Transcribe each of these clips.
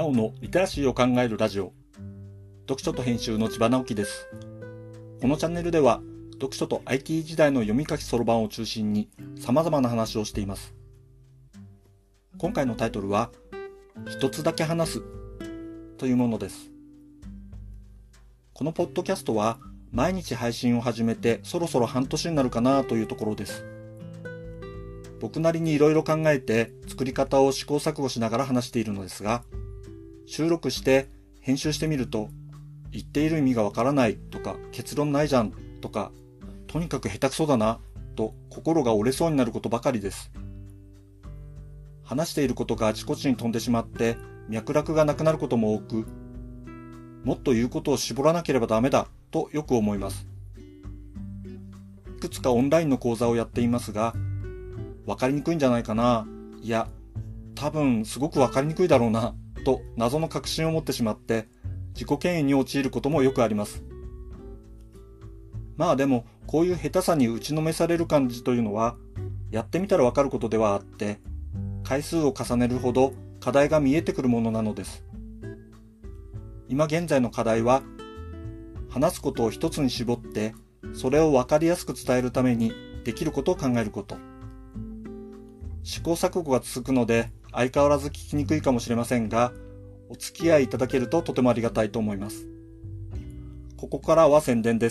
なおのリテラシーを考えるラジオ、読書と編集の千葉直樹です。このチャンネルでは読書と IT 時代の読み書きそろばんを中心に様々な話をしています。今回のタイトルは一つだけ話すというものです。このポッドキャストは毎日配信を始めてそろそろ半年になるかなというところです。僕なりにいろいろ考えて作り方を試行錯誤しながら話しているのですが、収録して編集してみると言っている意味がわからないとか結論ないじゃんとかとにかく下手くそだなと心が折れそうになることばかりです。話していることがあちこちに飛んでしまって脈絡がなくなることも多く、もっと言うことを絞らなければダメだとよく思います。いくつかオンラインの講座をやっていますが、わかりにくいんじゃないかな、いや多分すごくわかりにくいだろうなと謎の確信を持ってしまって自己嫌悪に陥ることもよくあります。まあでもこういう下手さに打ちのめされる感じというのはやってみたらわかることではあって、回数を重ねるほど課題が見えてくるものなのです。今現在の課題は話すことを一つに絞ってそれをわかりやすく伝えるためにできることを考えること。試行錯誤が続くので相変わらず聞きにくいかもしれませんが、お付き合いいただけるととてもありがたいと思います。ここからは宣伝です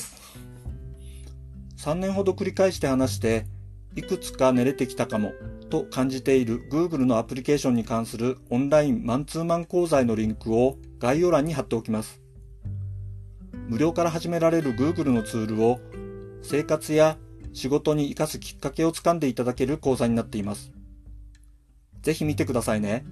。3年ほど繰り返して話していくつか練れてきたかもと感じている Google のアプリケーションに関するオンラインマンツーマン講座へのリンクを概要欄に貼っておきます。無料から始められる Google のツールを生活や仕事に生かすきっかけをつかんでいただける講座になっています。ぜひ見てくださいね。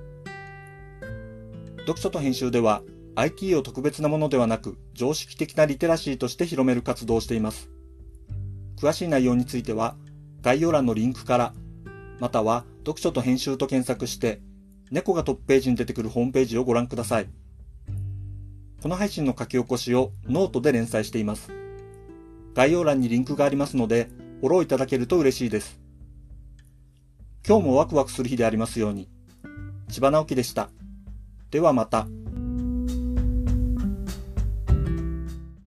読書と編集では IT を特別なものではなく常識的なリテラシーとして広める活動をしています。詳しい内容については概要欄のリンクから、または読書と編集と検索して猫がトップページに出てくるホームページをご覧ください。この配信の書き起こしをノートで連載しています。概要欄にリンクがありますのでフォローいただけると嬉しいです。今日もワクワクする日でありますように。千葉直樹でした。ではまた。